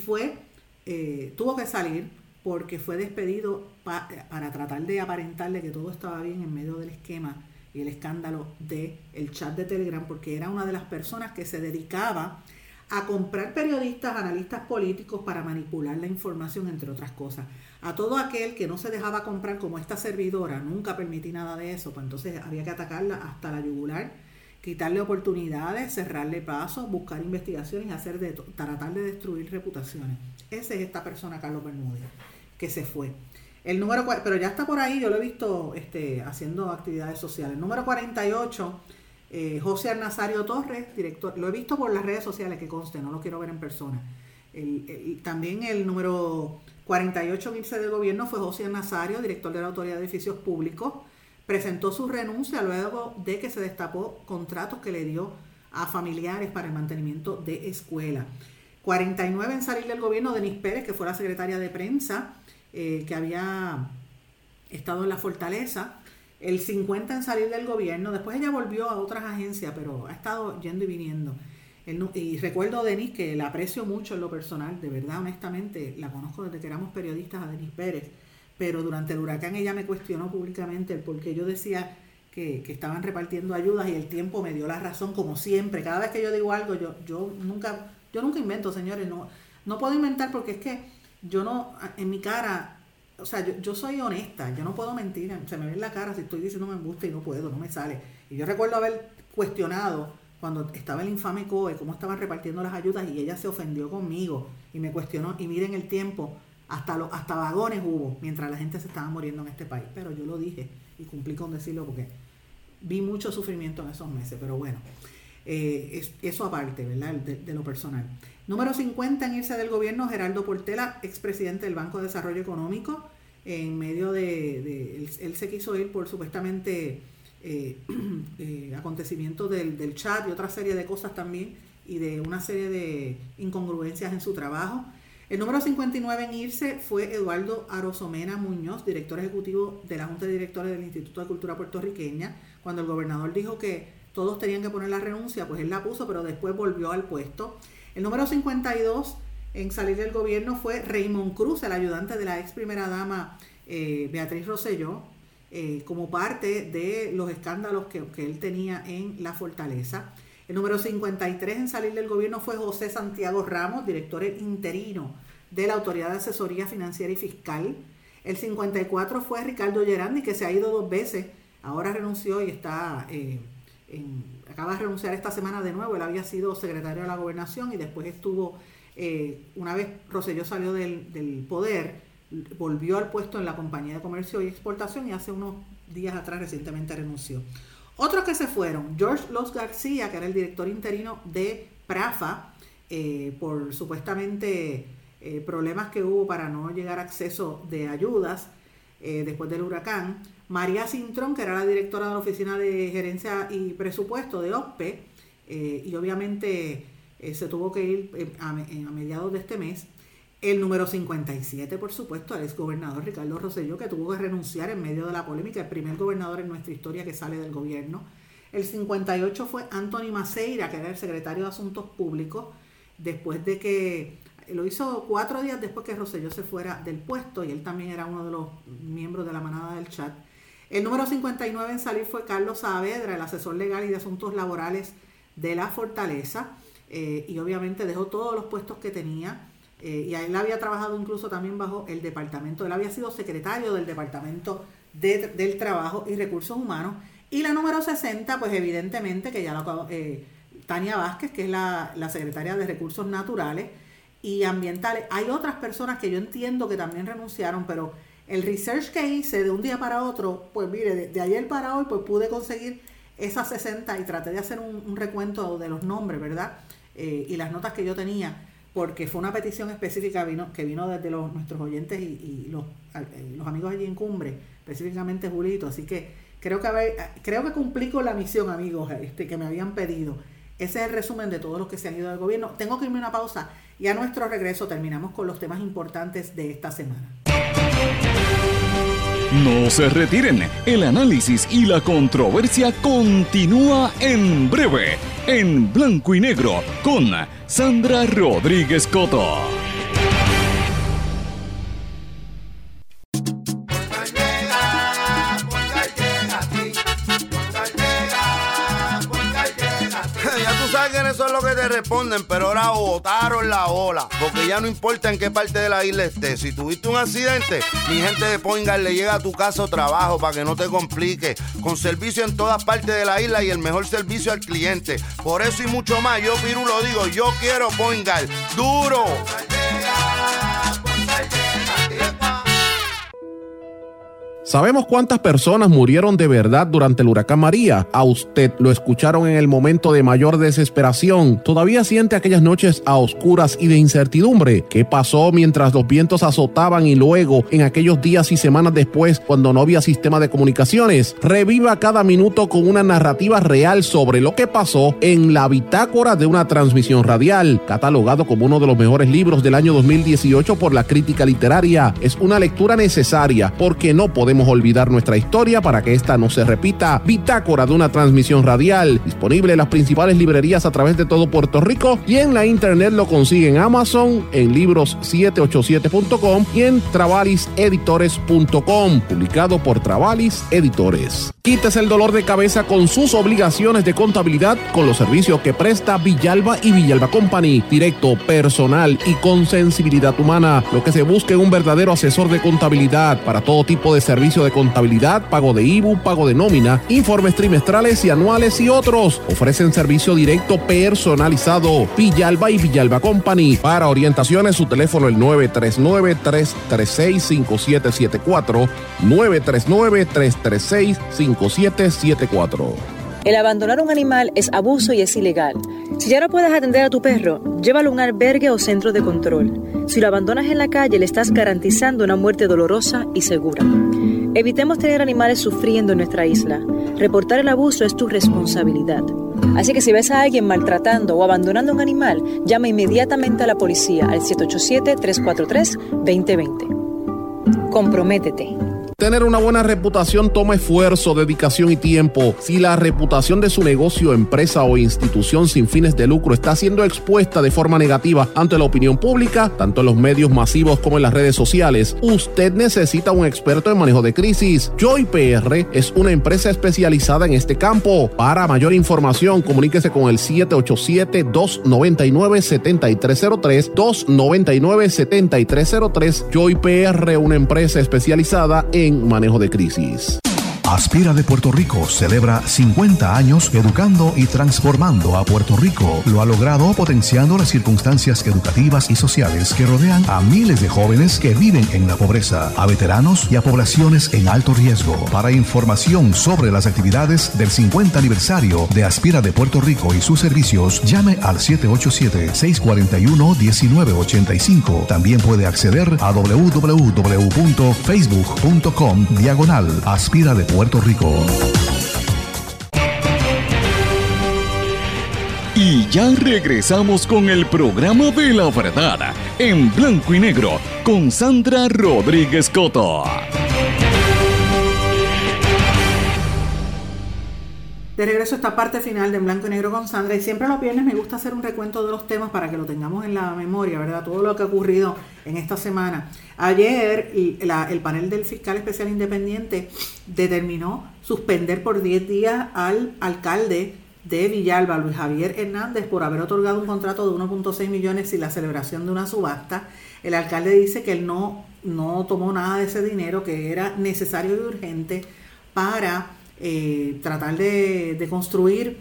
tuvo que salir porque fue despedido para tratar de aparentarle que todo estaba bien en medio del esquema y el escándalo del chat de Telegram, porque era una de las personas que se dedicaba a comprar periodistas, analistas políticos para manipular la información, entre otras cosas. A todo aquel que no se dejaba comprar, como esta servidora, nunca permití nada de eso, pues entonces había que atacarla hasta la yugular, quitarle oportunidades, cerrarle pasos, buscar investigaciones y tratar de destruir reputaciones. Esa es esta persona, Carlos Bermúdez, que se fue. Pero ya está por ahí, yo lo he visto haciendo actividades sociales. El número 48, José Nazario Torres, director, lo he visto por las redes sociales, que conste, no lo quiero ver en persona. También el número 48 en irse del gobierno fue José Nazario, director de la Autoridad de Edificios Públicos. Presentó su renuncia luego de que se destapó contratos que le dio a familiares para el mantenimiento de escuelas. 49 en salir del gobierno, Denis Pérez, que fue la secretaria de prensa, que había estado en la Fortaleza. El 50 en salir del gobierno, después ella volvió a otras agencias, pero ha estado yendo y viniendo. Y recuerdo a Denis, que la aprecio mucho en lo personal, de verdad, honestamente, la conozco desde que éramos periodistas, a Denis Pérez, pero durante el huracán ella me cuestionó públicamente el por qué yo decía que estaban repartiendo ayudas, y el tiempo me dio la razón, como siempre. Cada vez que yo digo algo, yo nunca invento, señores, no puedo inventar, porque es que yo no, en mi cara, o sea, yo soy honesta, yo no puedo mentir, se me ve en la cara si estoy diciendo un embuste y no puedo, no me sale. Y yo recuerdo haber cuestionado cuando estaba el infame COE cómo estaban repartiendo las ayudas, y ella se ofendió conmigo y me cuestionó, y miren el tiempo, hasta vagones hubo mientras la gente se estaba muriendo en este país, pero yo lo dije y cumplí con decirlo porque vi mucho sufrimiento en esos meses, pero bueno, eso aparte, ¿verdad?, de lo personal. Número 50 en irse del gobierno, Geraldo Portela, expresidente del Banco de Desarrollo Económico. En medio de él se quiso ir por supuestamente acontecimientos del chat y otra serie de cosas también, y de una serie de incongruencias en su trabajo. El número 59 en irse fue Eduardo Arozomena Muñoz, director ejecutivo de la Junta de Directores del Instituto de Cultura Puertorriqueña. Cuando el gobernador dijo que todos tenían que poner la renuncia, pues él la puso, pero después volvió al puesto. El número 52 en salir del gobierno fue Raymond Cruz, el ayudante de la ex primera dama Beatriz Rosselló, como parte de los escándalos que él tenía en la Fortaleza. El número 53 en salir del gobierno fue José Santiago Ramos, director interino de la Autoridad de Asesoría Financiera y Fiscal. El 54 fue Ricardo Gerandi, que se ha ido 2 veces, ahora renunció y acaba de renunciar esta semana de nuevo. Él había sido secretario de la Gobernación y después estuvo, una vez Rosselló salió del poder, volvió al puesto en la Compañía de Comercio y Exportación, y hace unos días atrás recientemente renunció. Otros que se fueron, George Los García, que era el director interino de PRAFA, por supuestamente problemas que hubo para no llegar a acceso de ayudas. después del huracán. María Cintrón, que era la directora de la Oficina de Gerencia y Presupuesto de OSPE, y obviamente se tuvo que ir a mediados de este mes. El número 57, por supuesto, el exgobernador Ricardo Rosselló, que tuvo que renunciar en medio de la polémica, el primer gobernador en nuestra historia que sale del gobierno. El 58 fue Anthony Maceira, que era el secretario de Asuntos Públicos, después de que lo hizo 4 días después que Rosselló se fuera del puesto, y él también era uno de los miembros de la manada del chat. El número 59 en salir fue Carlos Saavedra, el asesor legal y de asuntos laborales de la Fortaleza, y obviamente dejó todos los puestos que tenía, y él había trabajado incluso también bajo el departamento, él había sido secretario del Departamento del Trabajo y Recursos Humanos. Y la número 60, pues evidentemente, que ya lo acabó, Tania Vázquez, que es la secretaria de Recursos Naturales y Ambientales. Hay otras personas que yo entiendo que también renunciaron, pero el research que hice de un día para otro, pues mire, de ayer para hoy, pues pude conseguir esas 60 y traté de hacer un recuento de los nombres, ¿verdad? Y las notas que yo tenía, porque fue una petición específica que vino desde nuestros oyentes y los amigos allí en Cumbre, específicamente Julito. Así que creo que cumplí con la misión, amigos, que me habían pedido. Ese es el resumen de todos los que se han ido del gobierno. Tengo que irme a una pausa y a nuestro regreso terminamos con los temas importantes de esta semana. No se retiren, el análisis y la controversia continúa en breve, en Blanco y Negro, con Sandra Rodríguez Coto. Eso es lo que te responden, pero ahora botaron la ola, porque ya no importa en qué parte de la isla estés. Si tuviste un accidente, mi gente de Point Guard le llega a tu casa o trabajo para que no te complique, con servicio en todas partes de la isla y el mejor servicio al cliente. Por eso y mucho más, yo Piru lo digo, yo quiero Point Guard, duro. ¿Sabemos cuántas personas murieron de verdad durante el huracán María? A usted lo escucharon en el momento de mayor desesperación. ¿Todavía siente aquellas noches a oscuras y de incertidumbre? ¿Qué pasó mientras los vientos azotaban y luego en aquellos días y semanas después cuando no había sistema de comunicaciones? Reviva cada minuto con una narrativa real sobre lo que pasó en la bitácora de una transmisión radial, catalogado como uno de los mejores libros del año 2018 por la crítica literaria. Es una lectura necesaria porque no podemos olvidar nuestra historia para que esta no se repita. Bitácora de una transmisión radial, disponible en las principales librerías a través de todo Puerto Rico, y en la internet lo consigue en Amazon, en libros787.com y en travaliseditores.com, publicado por Travalis Editores. Quítese el dolor de cabeza con sus obligaciones de contabilidad con los servicios que presta Villalba y Villalba Company. Directo, personal y con sensibilidad humana. Lo que se busca en un verdadero asesor de contabilidad para todo tipo de servicio de contabilidad, pago de IBU, pago de nómina, informes trimestrales y anuales y otros. Ofrecen servicio directo personalizado. Villalba y Villalba Company. Para orientaciones, su teléfono el 939-336-5774, 939-336-5774. El abandonar un animal es abuso y es ilegal. Si ya no puedes atender a tu perro, llévalo a un albergue o centro de control. Si lo abandonas en la calle, le estás garantizando una muerte dolorosa y segura. Evitemos tener animales sufriendo en nuestra isla. Reportar el abuso es tu responsabilidad. Así que si ves a alguien maltratando o abandonando un animal, llama inmediatamente a la policía al 787-343-2020. Comprométete. Tener una buena reputación toma esfuerzo, dedicación y tiempo. Si la reputación de su negocio, empresa o institución sin fines de lucro está siendo expuesta de forma negativa ante la opinión pública, tanto en los medios masivos como en las redes sociales, usted necesita un experto en manejo de crisis. Joy PR es una empresa especializada en este campo. Para mayor información, comuníquese con el 787-299-7303, 299-7303. Joy PR, una empresa especializada en manejo de crisis. Aspira de Puerto Rico celebra 50 años educando y transformando a Puerto Rico. Lo ha logrado potenciando las circunstancias educativas y sociales que rodean a miles de jóvenes que viven en la pobreza, a veteranos y a poblaciones en alto riesgo. Para información sobre las actividades del 50 aniversario de Aspira de Puerto Rico y sus servicios, llame al 787-641-1985. También puede acceder a www.facebook.com/Aspira de Puerto Rico. Y ya regresamos con el programa de la verdad, en blanco y negro, con Sandra Rodríguez Coto. De regreso a esta parte final de En Blanco y Negro con Sandra, y siempre los viernes me gusta hacer un recuento de los temas para que lo tengamos en la memoria, ¿verdad? Todo lo que ha ocurrido en esta semana. Ayer el panel del fiscal especial independiente determinó suspender por 10 días al alcalde de Villalba, Luis Javier Hernández, por haber otorgado un contrato de 1.6 millones sin la celebración de una subasta. El alcalde dice que él no tomó nada de ese dinero, que era necesario y urgente para tratar de construir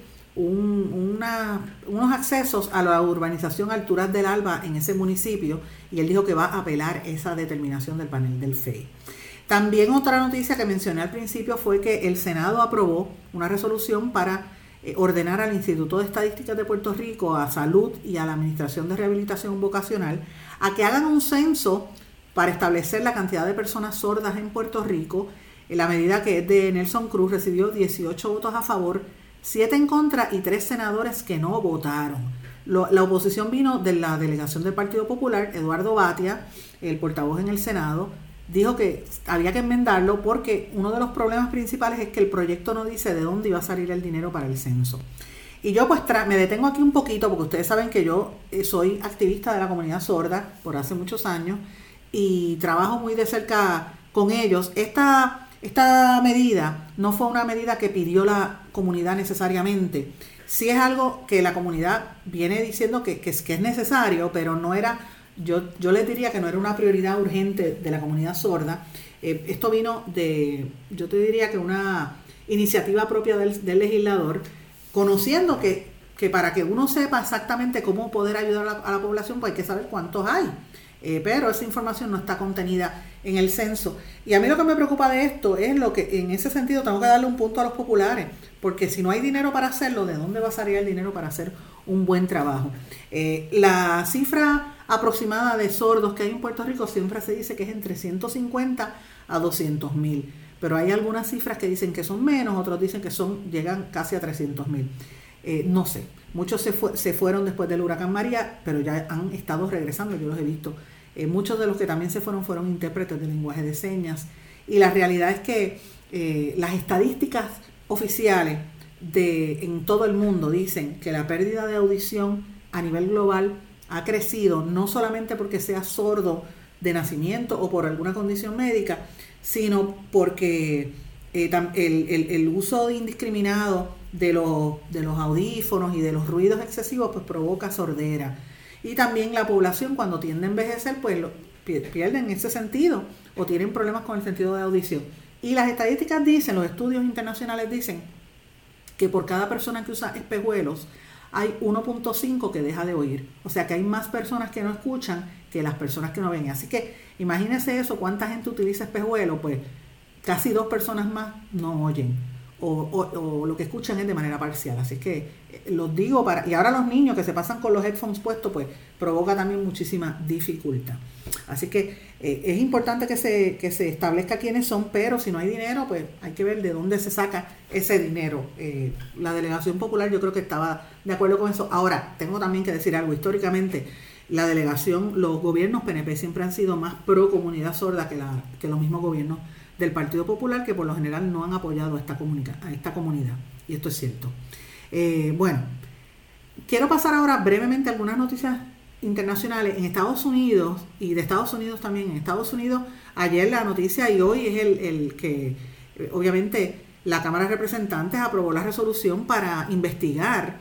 unos accesos a la urbanización Alturas del Alba en ese municipio, y él dijo que va a apelar esa determinación del panel del FEI. También otra noticia que mencioné al principio fue que el Senado aprobó una resolución para ordenar al Instituto de Estadísticas de Puerto Rico, a Salud y a la Administración de Rehabilitación Vocacional a que hagan un censo para establecer la cantidad de personas sordas en Puerto Rico. La medida, que es de Nelson Cruz, recibió 18 votos a favor, 7 en contra y 3 senadores que no votaron. La oposición vino de la delegación del Partido Popular. Eduardo Batia, el portavoz en el Senado, dijo que había que enmendarlo porque uno de los problemas principales es que el proyecto no dice de dónde iba a salir el dinero para el censo. Y yo pues me detengo aquí un poquito porque ustedes saben que yo soy activista de la comunidad sorda por hace muchos años y trabajo muy de cerca con ellos. Esta medida no fue una medida que pidió la comunidad necesariamente. Sí es algo que la comunidad viene diciendo que es necesario, pero no era, yo les diría que no era una prioridad urgente de la comunidad sorda. Esto vino yo te diría que una iniciativa propia del legislador, conociendo que para que uno sepa exactamente cómo poder ayudar a la población, pues hay que saber cuántos hay. Pero esa información no está contenida en el censo. Y a mí lo que me preocupa de esto es lo que, en ese sentido, tengo que darle un punto a los populares, porque si no hay dinero para hacerlo, ¿de dónde va a salir el dinero para hacer un buen trabajo? La cifra aproximada de sordos que hay en Puerto Rico siempre se dice que es entre 150 a 200,000, pero hay algunas cifras que dicen que son menos, otros dicen que llegan casi a 300,000. No sé, muchos se fueron después del huracán María, pero ya han estado regresando, yo los he visto. Muchos de los que también se fueron intérpretes de lenguaje de señas, y la realidad es que las estadísticas oficiales en todo el mundo dicen que la pérdida de audición a nivel global ha crecido, no solamente porque sea sordo de nacimiento o por alguna condición médica, sino porque el uso indiscriminado de los audífonos y de los ruidos excesivos pues provoca sordera. Y también la población, cuando tiende a envejecer, pues pierden ese sentido o tienen problemas con el sentido de audición. Y las estadísticas dicen, los estudios internacionales dicen que por cada persona que usa espejuelos hay 1.5 que deja de oír. O sea que hay más personas que no escuchan que las personas que no ven. Así que imagínense eso, cuánta gente utiliza espejuelos, pues casi 2 personas más no oyen. O lo que escuchan es de manera parcial. Así que los digo y ahora los niños que se pasan con los headphones puestos, pues provoca también muchísima dificultad. Así que es importante que se establezca quiénes son, pero si no hay dinero, pues hay que ver de dónde se saca ese dinero. La delegación popular yo creo que estaba de acuerdo con eso. Ahora, tengo también que decir algo. Históricamente, la delegación, los gobiernos PNP siempre han sido más pro comunidad sorda que los mismos gobiernos del Partido Popular, que por lo general no han apoyado a esta comunidad, y esto es cierto. Bueno, quiero pasar ahora brevemente a algunas noticias internacionales. En Estados Unidos, y de Estados Unidos también, en Estados Unidos, ayer la noticia y hoy es el que obviamente la Cámara de Representantes aprobó la resolución para investigar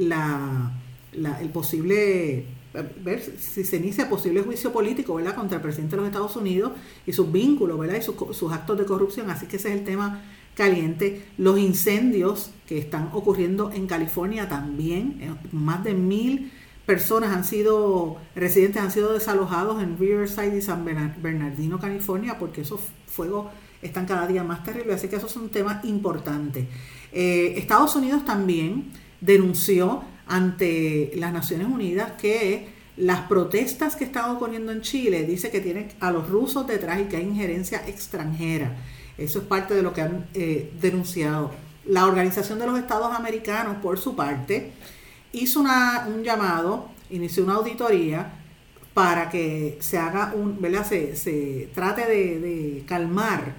el posible, ver si se inicia posible juicio político, ¿verdad?, contra el presidente de los Estados Unidos y sus vínculos, ¿verdad?, y sus actos de corrupción. Así que ese es el tema caliente. Los incendios que están ocurriendo en California también, más de 1,000 personas residentes han sido desalojados en Riverside y San Bernardino, California, porque esos fuegos están cada día más terribles, así que esos son temas importantes. Estados Unidos también denunció ante las Naciones Unidas que las protestas que están ocurriendo en Chile, dice que tienen a los rusos detrás y que hay injerencia extranjera. Eso es parte de lo que han denunciado. La Organización de los Estados Americanos, por su parte, hizo un llamado, inició una auditoría para que se haga se trate de calmar.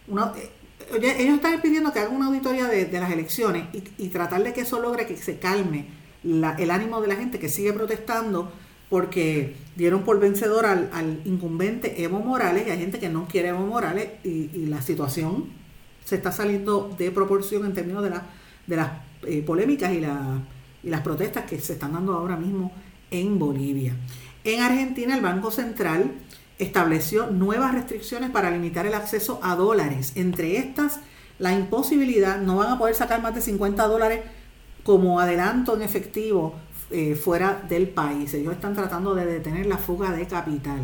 Ellos están pidiendo que hagan una auditoría de las elecciones y tratar de que eso logre que se calme el ánimo de la gente que sigue protestando porque dieron por vencedor al incumbente Evo Morales, y hay gente que no quiere Evo Morales, y la situación se está saliendo de proporción en términos de las polémicas y las protestas que se están dando ahora mismo en Bolivia. En Argentina, el Banco Central estableció nuevas restricciones para limitar el acceso a dólares. Entre estas, la imposibilidad, no van a poder sacar más de $50 como adelanto en efectivo fuera del país. Ellos están tratando de detener la fuga de capital.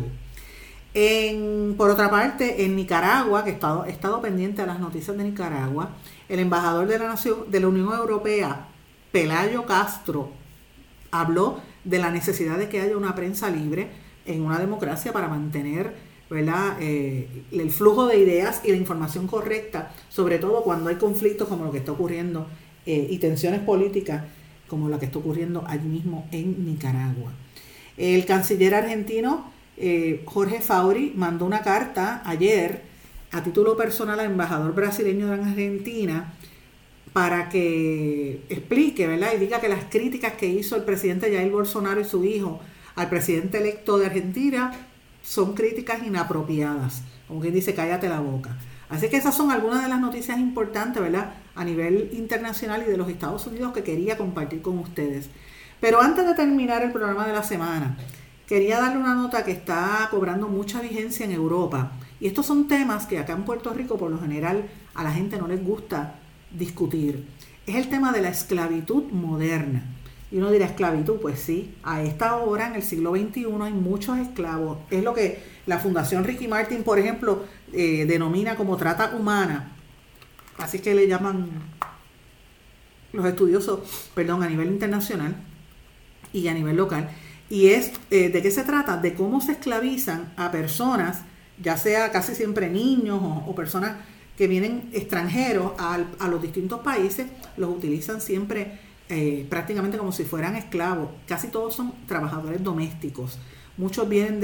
Por otra parte, en Nicaragua, que he estado pendiente de las noticias de Nicaragua, el embajador de la Unión Europea, Pelayo Castro, habló de la necesidad de que haya una prensa libre en una democracia para mantener, ¿verdad?, el flujo de ideas y la información correcta, sobre todo cuando hay conflictos como lo que está ocurriendo y tensiones políticas como la que está ocurriendo allí mismo en Nicaragua. El canciller argentino Jorge Fauri mandó una carta ayer a título personal al embajador brasileño de Argentina para que explique, ¿verdad?, y diga que las críticas que hizo el presidente Jair Bolsonaro y su hijo al presidente electo de Argentina son críticas inapropiadas, como quien dice, cállate la boca. Así que esas son algunas de las noticias importantes, ¿verdad?, a nivel internacional y de los Estados Unidos que quería compartir con ustedes. Pero antes de terminar el programa de la semana, quería darle una nota que está cobrando mucha vigencia en Europa. Y estos son temas que acá en Puerto Rico, por lo general, a la gente no les gusta discutir. Es el tema de la esclavitud moderna. Y uno dirá, esclavitud, pues sí, a esta hora, en el siglo XXI, hay muchos esclavos. Es lo que la Fundación Ricky Martin, por ejemplo, denomina como trata humana. Así que le llaman los estudiosos, a nivel internacional y a nivel local. Y es, ¿de qué se trata? De cómo se esclavizan a personas, ya sea casi siempre niños o personas que vienen extranjeros a los distintos países, los utilizan siempre prácticamente como si fueran esclavos. Casi todos son trabajadores domésticos. Muchos vienen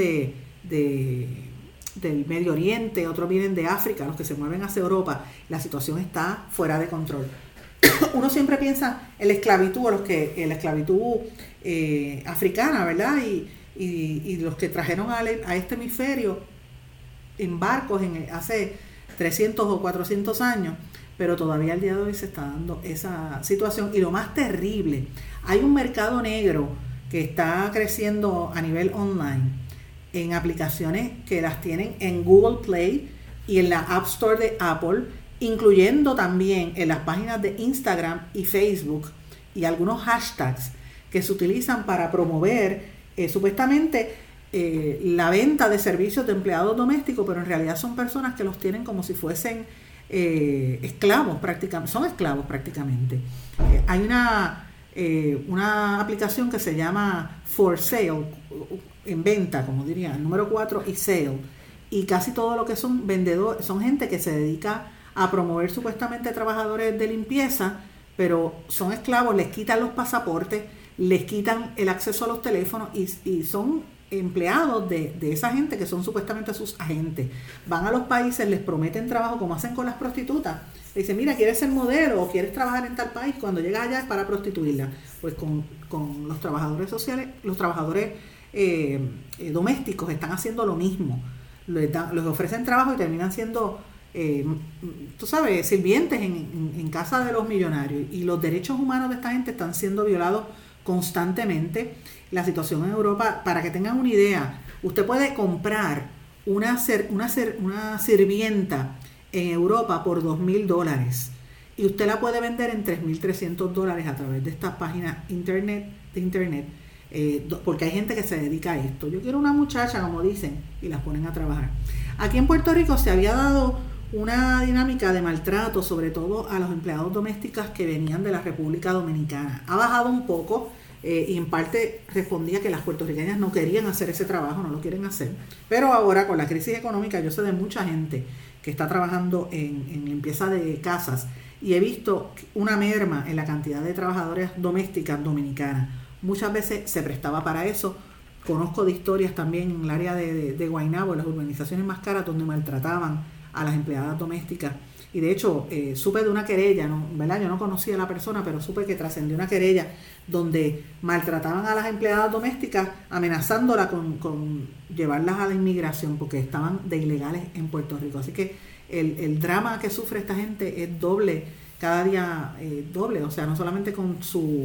del Medio Oriente, otros vienen de África, los que se mueven hacia Europa. La situación está fuera de control. Uno siempre piensa en la esclavitud, la esclavitud africana, ¿verdad? Y los que trajeron a este hemisferio en barcos hace 300 o 400 años, pero todavía al día de hoy se está dando esa situación. Y lo más terrible, hay un mercado negro que está creciendo a nivel online en aplicaciones que las tienen en Google Play y en la App Store de Apple, incluyendo también en las páginas de Instagram y Facebook, y algunos hashtags que se utilizan para promover supuestamente la venta de servicios de empleados domésticos, pero en realidad son personas que los tienen como si fuesen esclavos prácticamente, son esclavos prácticamente. Hay una aplicación que se llama For Sale, en venta, como diría, el número 4 y Sale, y casi todo lo que son vendedores, son gente que se dedica a promover supuestamente trabajadores de limpieza, pero son esclavos, les quitan los pasaportes, les quitan el acceso a los teléfonos y son empleados de esa gente que son supuestamente sus agentes. Van a los países, les prometen trabajo como hacen con las prostitutas. Le dicen, mira, ¿quieres ser modelo o quieres trabajar en tal país? Cuando llegas allá es para prostituirla. Pues con los trabajadores sociales, los trabajadores domésticos están haciendo lo mismo. Les ofrecen trabajo y terminan siendo sirvientes en casa de los millonarios, y los derechos humanos de esta gente están siendo violados constantemente. La situación en Europa, para que tengan una idea, usted puede comprar una sirvienta en Europa por $2,000 y usted la puede vender en $3,300 a través de esta página de internet, porque hay gente que se dedica a esto. Yo quiero una muchacha, como dicen, y las ponen a trabajar. Aquí en Puerto Rico se había dado una dinámica de maltrato, sobre todo a los empleados domésticos que venían de la República Dominicana. Ha bajado un poco y en parte respondía que las puertorriqueñas no querían hacer ese trabajo, no lo quieren hacer. Pero ahora con la crisis económica yo sé de mucha gente que está trabajando en limpieza de casas y he visto una merma en la cantidad de trabajadoras domésticas dominicanas. Muchas veces se prestaba para eso. Conozco de historias también en el área de Guaynabo, en las urbanizaciones más caras, donde maltrataban a las empleadas domésticas. Y de hecho, supe de una querella, ¿no? ¿Verdad? Yo no conocía a la persona, pero supe que trascendió una querella donde maltrataban a las empleadas domésticas, amenazándolas con llevarlas a la inmigración porque estaban de ilegales en Puerto Rico. Así que el drama que sufre esta gente es doble, cada día doble. O sea, no solamente con su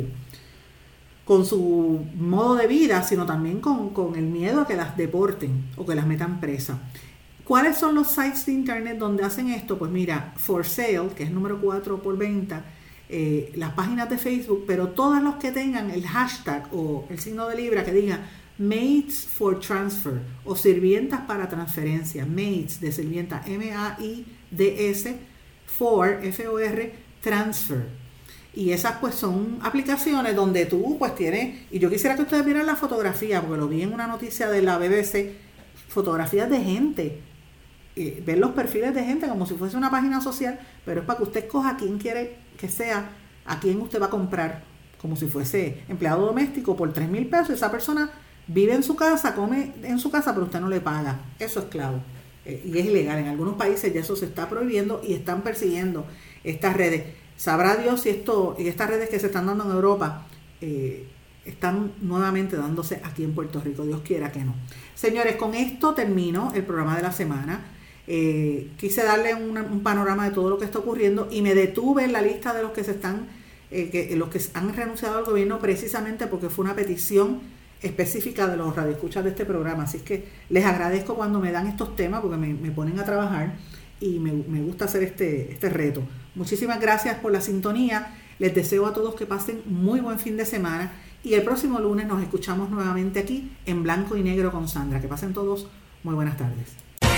modo de vida, sino también con el miedo a que las deporten o que las metan presas. ¿Cuáles son los sites de internet donde hacen esto? Pues mira, For Sale, que es número 4 por venta, las páginas de Facebook, pero todos los que tengan el hashtag o el signo de libra que diga Maids for Transfer o sirvientas para transferencia, Maids de sirvienta, M-A-I-D-S, for, F-O-R, Transfer. Y esas pues son aplicaciones donde tú pues tienes, y yo quisiera que ustedes vieran la fotografía, porque lo vi en una noticia de la BBC, fotografías de gente, ver los perfiles de gente como si fuese una página social, pero es para que usted escoja a quién quiere que sea, a quién usted va a comprar, como si fuese empleado doméstico por $3,000. Esa persona vive en su casa, come en su casa, pero usted no le paga. Eso es esclavo y es ilegal. En algunos países ya eso se está prohibiendo y están persiguiendo estas redes. Sabrá Dios si estas redes que se están dando en Europa están nuevamente dándose aquí en Puerto Rico. Dios quiera que no. Señores, con esto termino el programa de la semana. Quise darle un panorama de todo lo que está ocurriendo y me detuve en la lista de los que los que han renunciado al gobierno precisamente porque fue una petición específica de los radioescuchas de este programa. Así que les agradezco cuando me dan estos temas porque me ponen a trabajar y me gusta hacer este reto. Muchísimas gracias por la sintonía. Les deseo a todos que pasen muy buen fin de semana y el próximo lunes nos escuchamos nuevamente aquí en Blanco y Negro con Sandra. Que pasen todos muy buenas tardes.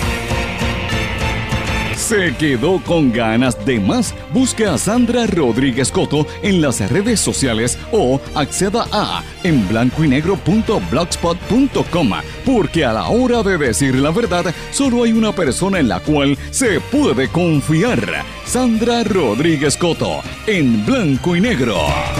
¿Se quedó con ganas de más? Busque a Sandra Rodríguez Coto en las redes sociales o acceda a enblancoynegro.blogspot.com, porque a la hora de decir la verdad, solo hay una persona en la cual se puede confiar. Sandra Rodríguez Coto, en Blanco y Negro.